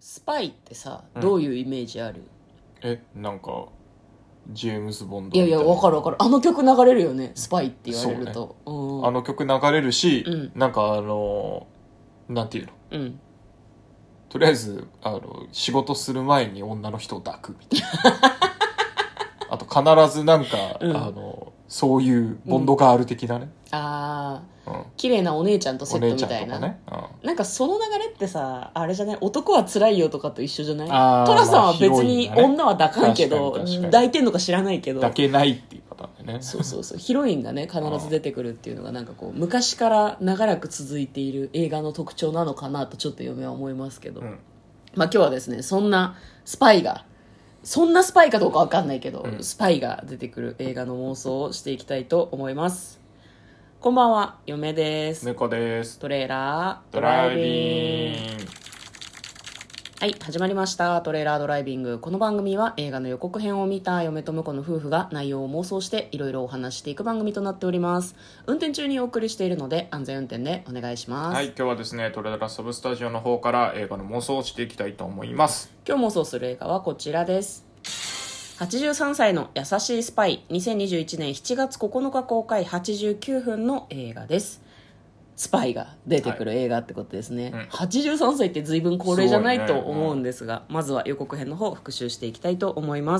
スパイってさ、どういうイメージある？ なんかジェームズ・ボンドいみたいな。 やいや、わかるわかる。あの曲流れるよね、スパイって言われると。 あの曲流れるし、なんかなんていうの、とりあえず仕事する前に女の人を抱くみたいなあと必ずなんか、そういうボンドガール的なね、 綺麗なお姉ちゃんとセットみたいな、 ね、 なんかその流れってさ、あれじゃない？男は辛いよとかと一緒じゃない？トララさんは別に女は抱かんけど、 確かに抱いてんのか知らないけど、 抱けないっていうパターンでね。 そうそうそう、ヒロインがね必ず出てくるっていうのがなんかこう昔から長らく続いている映画の特徴なのかなとちょっと嫁は思いますけど、まあ今日はですね、そんなスパイかどうかわかんないけど、スパイが出てくる映画の妄想をしていきたいと思います。こんばんは、嫁です。 猫です。 トレーラードドライビング。 はい、始まりました。トレーラードライビング。この番組は映画の予告編を見た嫁と婿の夫婦が内容を妄想していろいろお話していく番組となっております。運転中にお送りしているので安全運転でお願いします。 はい、今日はですね、トレーラーサブスタジオの方から映画の妄想をしていきたいと思います。 今日妄想する映画はこちらです。83歳の優しいスパイ、2021年7月9日公開、89分の映画です。スパイが出てくる映画ってことですね、83歳って随分高齢じゃないと思うんですが、まずは予告編の方を復習していきたいと思います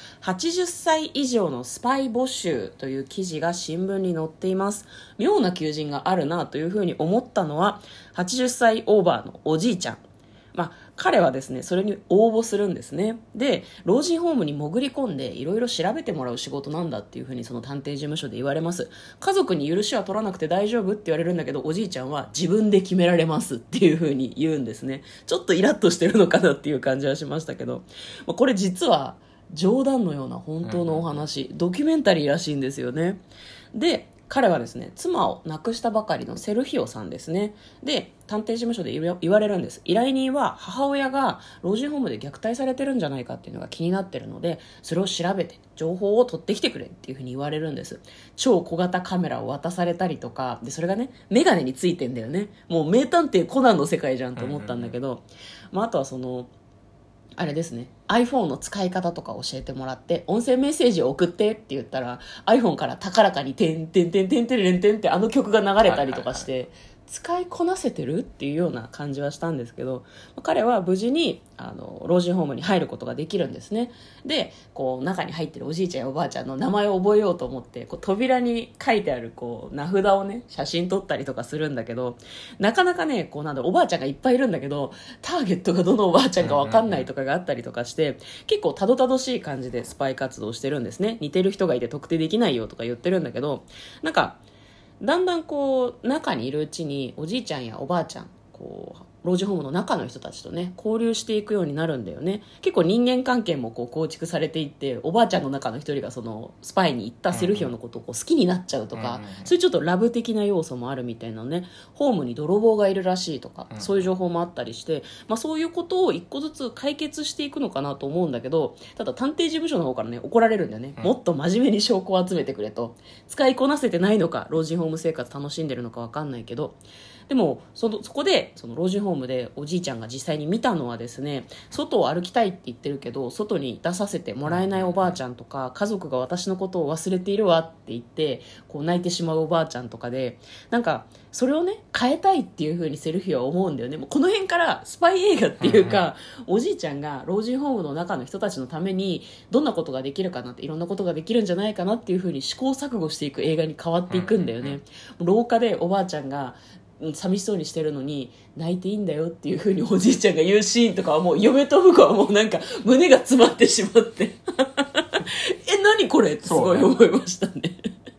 。80歳以上のスパイ募集という記事が新聞に載っています。妙な求人があるなというふうに思ったのは、80歳オーバーのおじいちゃん、彼はですね、それに応募するんですね。で、老人ホームに潜り込んでいろいろ調べてもらう仕事なんだっていうふうにその探偵事務所で言われます。家族に許しは取らなくて大丈夫って言われるんだけど、おじいちゃんは自分で決められますっていうふうに言うんですね。ちょっとイラッとしてるのかなっていう感じはしましたけど、これ実は冗談のような本当のお話、ドキュメンタリーらしいんですよね。で、彼はですね、妻を亡くしたばかりのセルヒオさんですね。で、探偵事務所で言われるんです。依頼人は母親が老人ホームで虐待されてるんじゃないかっていうのが気になってるので、それを調べて情報を取ってきてくれっていうふうに言われるんです。超小型カメラを渡されたりとかで、それがねメガネについてんだよね。もう名探偵コナンの世界じゃんと思ったんだけど、あとはそのあれですね、 iPhone の使い方とか教えてもらって、音声メッセージを送ってって言ったら iPhone から高らかにてんてんてんてんてれんてんってあの曲が流れたりとかして、使いこなせてるっていうような感じはしたんですけど、彼は無事に老人ホームに入ることができるんですね。で、こう中に入ってるおじいちゃんやおばあちゃんの名前を覚えようと思って、こう扉に書いてあるこう名札をね写真撮ったりとかするんだけど、なかなかね、こうなんだろう、おばあちゃんがいっぱいいるんだけどターゲットがどのおばあちゃんか分かんないとかがあったりとかして、結構たどたどしい感じでスパイ活動してるんですね。似てる人がいて特定できないよとか言ってるんだけど、なんかだんだんこう中にいるうちにおじいちゃんやおばあちゃん、こう老人ホームの中の人たちとね交流していくようになるんだよね。結構人間関係もこう構築されていって、おばあちゃんの中の一人がそのスパイに行ったセルヒオのことをこう好きになっちゃうとか、そういうちょっとラブ的な要素もあるみたいなね。ホームに泥棒がいるらしいとか、そういう情報もあったりして、そういうことを一個ずつ解決していくのかなと思うんだけど、ただ探偵事務所の方からね怒られるんだよね。もっと真面目に証拠を集めてくれと。使いこなせてないのか、老人ホーム生活楽しんでるのか分かんないけど、でもそこでその老人ホームでおじいちゃんが実際に見たのはですね、外を歩きたいって言ってるけど外に出させてもらえないおばあちゃんとか、家族が私のことを忘れているわって言ってこう泣いてしまうおばあちゃんとかで、なんかそれをね変えたいっていう風にセルフィは思うんだよね。もうこの辺からスパイ映画っていうか、おじいちゃんが老人ホームの中の人たちのためにどんなことができるかなって、いろんなことができるんじゃないかなっていう風に試行錯誤していく映画に変わっていくんだよね。廊下でおばあちゃんが寂しそうにしてるのに泣いていいんだよっていう風におじいちゃんが言うシーンとかはもう嫁と婿はもうなんか胸が詰まってしまって何これってすごい思いましたね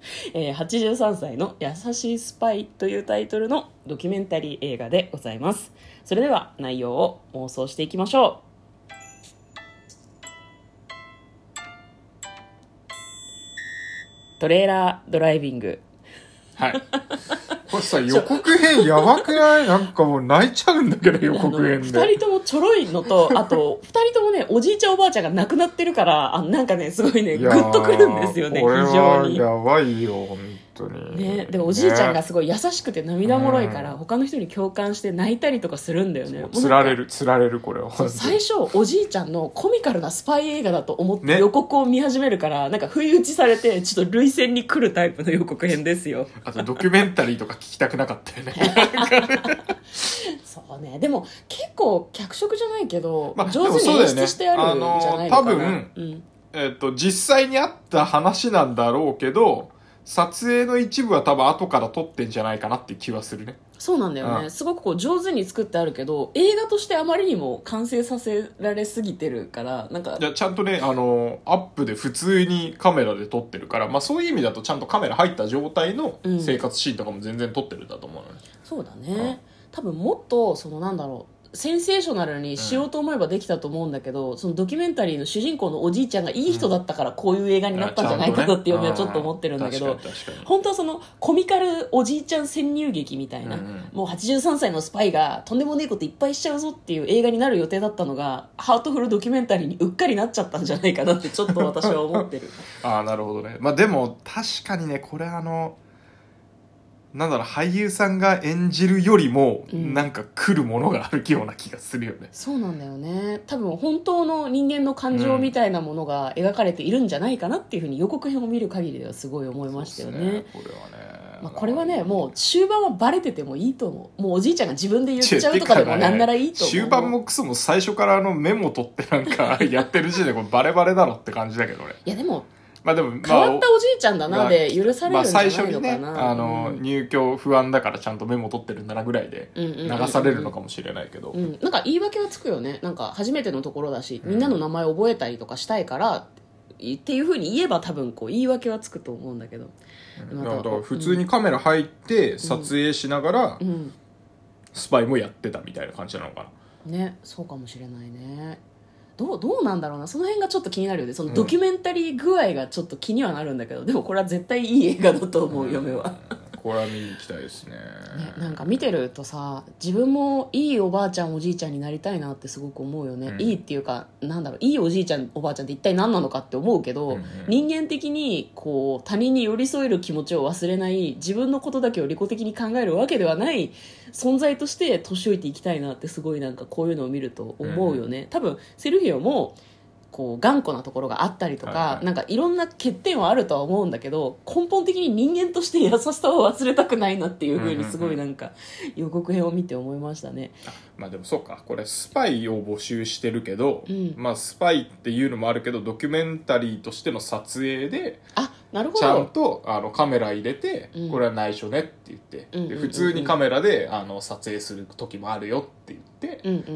83歳の優しいスパイというタイトルのドキュメンタリー映画でございます。それでは内容を妄想していきましょう。トレーラードライビング。 はい。これさ、予告編やばくない？なんかもう泣いちゃうんだけど、予告編で。 2人ともちょろいのと、あと2人ともねおじいちゃんおばあちゃんが亡くなってるから、なんかねすごいねグッとくるんですよね。 これ非常にやばいよ本当にね、でもおじいちゃんがすごい優しくて涙もろいから、他の人に共感して泣いたりとかするんだよね。 つられるこれは。 最初おじいちゃんのコミカルなスパイ映画だと思って予告を見始めるから、なんか不意打ちされてちょっと涙腺に来るタイプの予告編ですよ。 あとドキュメンタリーとか聞きたくなかったよね。 そうね。でも結構脚色じゃないけど、 まあ、 上手に演出してあるんじゃないのかな。 多分、実際にあった話なんだろうけど、撮影の一部は多分後から撮ってんじゃないかなっていう気はするね。 そうなんだよね。すごくこう上手に作ってあるけど、映画としてあまりにも完成させられすぎてるから、なんか。 いや、ちゃんとね、アップで普通にカメラで撮ってるから、まあそういう意味だとちゃんとカメラ入った状態の生活シーンとかも全然撮ってるんだと思うのね。 そうだね。多分もっと、なんだろう。センセーショナルにしようと思えばできたと思うんだけど、そのドキュメンタリーの主人公のおじいちゃんがいい人だったからこういう映画になったんじゃないかなっていうのはちょっと思ってるんだけど、本当はそのコミカルおじいちゃん潜入劇みたいな、もう83歳のスパイがとんでもねえこといっぱいしちゃうぞっていう映画になる予定だったのが、ハートフルドキュメンタリーにうっかりなっちゃったんじゃないかなってちょっと私は思ってる。 ああ、なるほどね。まあでも確かにね、これなんだろう、俳優さんが演じるよりも、なんか来るものがあるような気がするよね。 そうなんだよね。多分本当の人間の感情みたいなものが描かれているんじゃないかなっていうふうに予告編を見る限りではすごい思いましたよね。これはね、もう終盤はバレててもいいと思う。もうおじいちゃんが自分で言っちゃうとかでもなんならいいと思う。 終盤もクソも最初からメモ取ってなんかやってる時点でこれバレバレだろって感じだけどね。 いやでも、 まあでも、 変わったおじいちゃんだなで許されるんじゃないのかな。 最初にね、入居不安だからちゃんとメモ取ってるんだなぐらいで流されるのかもしれないけど、 なんか言い訳はつくよね。なんか初めてのところだし、みんなの名前覚えたりとかしたいからっていうふうに言えば多分こう言い訳はつくと思うんだけど、 だから普通にカメラ入って撮影しながらスパイもやってたみたいな感じなのかな。ね、そうかもしれないね。どうなんだろうな。その辺がちょっと気になるよね。そのドキュメンタリー具合がちょっと気にはなるんだけど、でもこれは絶対いい映画だと思う、嫁は。 これは見に行きたいですね。 なんか見てるとさ、自分もいいおばあちゃんおじいちゃんになりたいなってすごく思うよね。いいっていうか、なんだろう、いいおじいちゃんおばあちゃんって一体何なのかって思うけど、人間的にこう他人に寄り添える気持ちを忘れない、自分のことだけを利己的に考えるわけではない存在として年老いていきたいなってすごいなんかこういうのを見ると思うよね。多分セルフィオもこう頑固なところがあったりとか、なんかいろんな欠点はあるとは思うんだけど、根本的に人間として優しさを忘れたくないなっていうふうにすごいなんか予告編を見て思いましたね。 まあでもそうか、これスパイを募集してるけど、まあスパイっていうのもあるけどドキュメンタリーとしての撮影で、 なるほど、 ちゃんとカメラ入れて、これは内緒ねって言って、で普通にカメラで撮影する時もあるよって言って、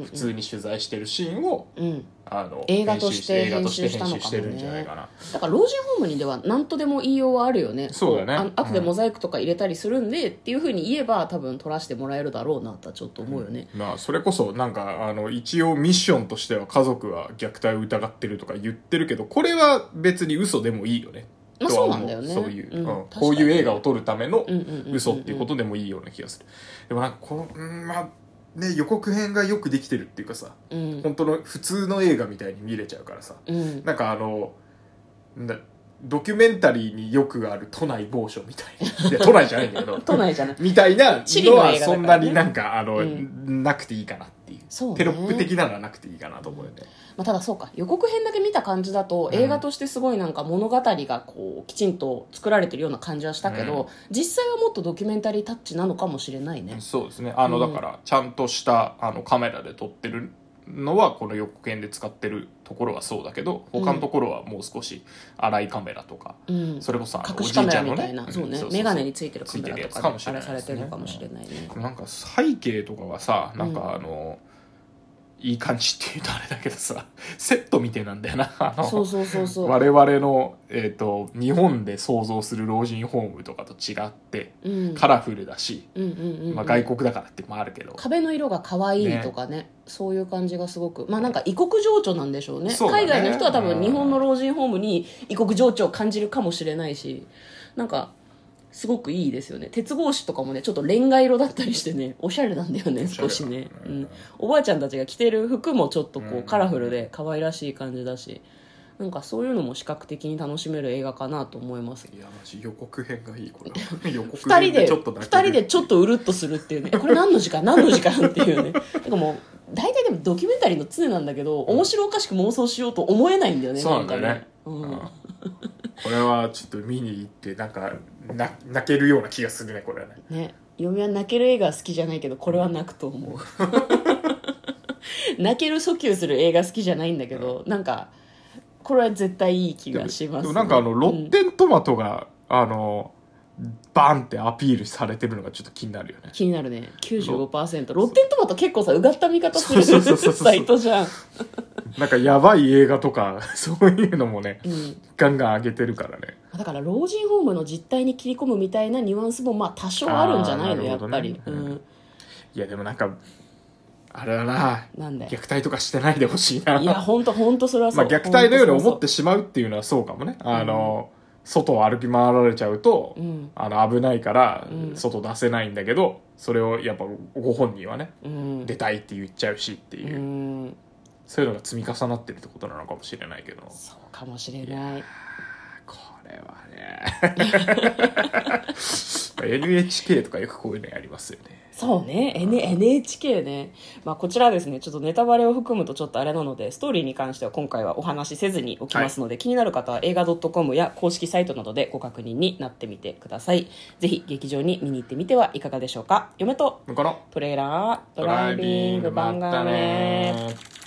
普通に取材してるシーンを、 映画として編集したのかもね。だから老人ホームにでは何とでも言いようはあるよね。 そうだね。 後でモザイクとか入れたりするんで、っていうふうに言えば多分撮らせてもらえるだろうなとはちょっと思うよね。 まあそれこそなんか一応ミッションとしては家族は虐待を疑ってるとか言ってるけど、これは別に嘘でもいいよね。 まあそうなんだよね。 そういう、こういう映画を撮るための嘘っていうことでもいいような気がする。でもなんかまあね、予告編がよくできてるっていうかさ、本当の普通の映画みたいに見れちゃうからさ、なんかドキュメンタリーによくある都内某所みたいな、いや都内じゃないんだけど都内じゃないみたいなのはそんなになんかなくていいかなっていう、テロップ的なのはなくていいかなと思うよね。 まあ、ただそうか、予告編だけ見た感じだと映画としてすごいなんか物語がこうきちんと作られてるような感じはしたけど、実際はもっとドキュメンタリータッチなのかもしれないね。 そうですね。だからちゃんとしたカメラで撮ってるのはこの予告編で使ってるところはそうだけど、他のところはもう少し粗いカメラとか、それこそ隠しカメラみたいな、そうね、メガネについてるカメラとかであれされてるのかもしれないね。 なんか背景とかがさ、なんかいい感じっていうとあれだけどさ、セットみたいなんだよな。 そう我々の、日本で想像する老人ホームとかと違って、カラフルだし、まあ、外国だからってもあるけど、 壁の色が可愛いとかね、そういう感じがすごく、まあなんか異国情緒なんでしょうね。海外の人は多分日本の老人ホームに異国情緒を感じるかもしれないし、なんかすごくいいですよね。鉄格子とかもねちょっとレンガ色だったりしてね、おしゃれなんだよね、少しね、おばあちゃんたちが着てる服もちょっとこうカラフルで可愛らしい感じだし、 なんかそういうのも視覚的に楽しめる映画かなと思います。 いやマジ予告編がいいこれ予告 2人で編でちょっと 2人でちょっとうるっとするっていうねこれ何の時間何の時間っていうねなんかもう大体でもドキュメンタリーの常なんだけど、面白おかしく妄想しようと思えないんだよね。 そうなんだよね、 うん、 これはちょっと見に行ってなんか泣けるような気がするねこれはね。嫁は泣ける映画好きじゃないけどこれは泣くと思う泣ける訴求する映画好きじゃないんだけど、なんかこれは絶対いい気がします、ね、 でもなんかロッテントマトが、バンってアピールされてるのがちょっと気になるよね。 気になるね。 95% ロッテントマト結構さうがった見方するサイトじゃんなんかやばい映画とかそういうのもね、ガンガン上げてるからね。 だから老人ホームの実態に切り込むみたいなニュアンスもまあ多少あるんじゃないの、やっぱり、 いやでもなんかあれだな、 なんで虐待とかしてないでほしいな。 いや本当それはそう、 まあ、虐待のように思ってしまうっていうのはそうかもね。外を歩き回られちゃうと、危ないから外出せないんだけど、それをやっぱご本人はね、出たいって言っちゃうしっていう、そういうのが積み重なってるってことなのかもしれないけど。 そうかもしれない。 これはねNHK とかよくこういうのやりますよね。 そうね、NHK ね、まあ、こちらはですねちょっとネタバレを含むとちょっとあれなのでストーリーに関しては今回はお話しせずにおきますので、気になる方は映画 .com や公式サイトなどでご確認になってみてください。ぜひ劇場に見に行ってみてはいかがでしょうか。嫁とトレーラードライビング番組。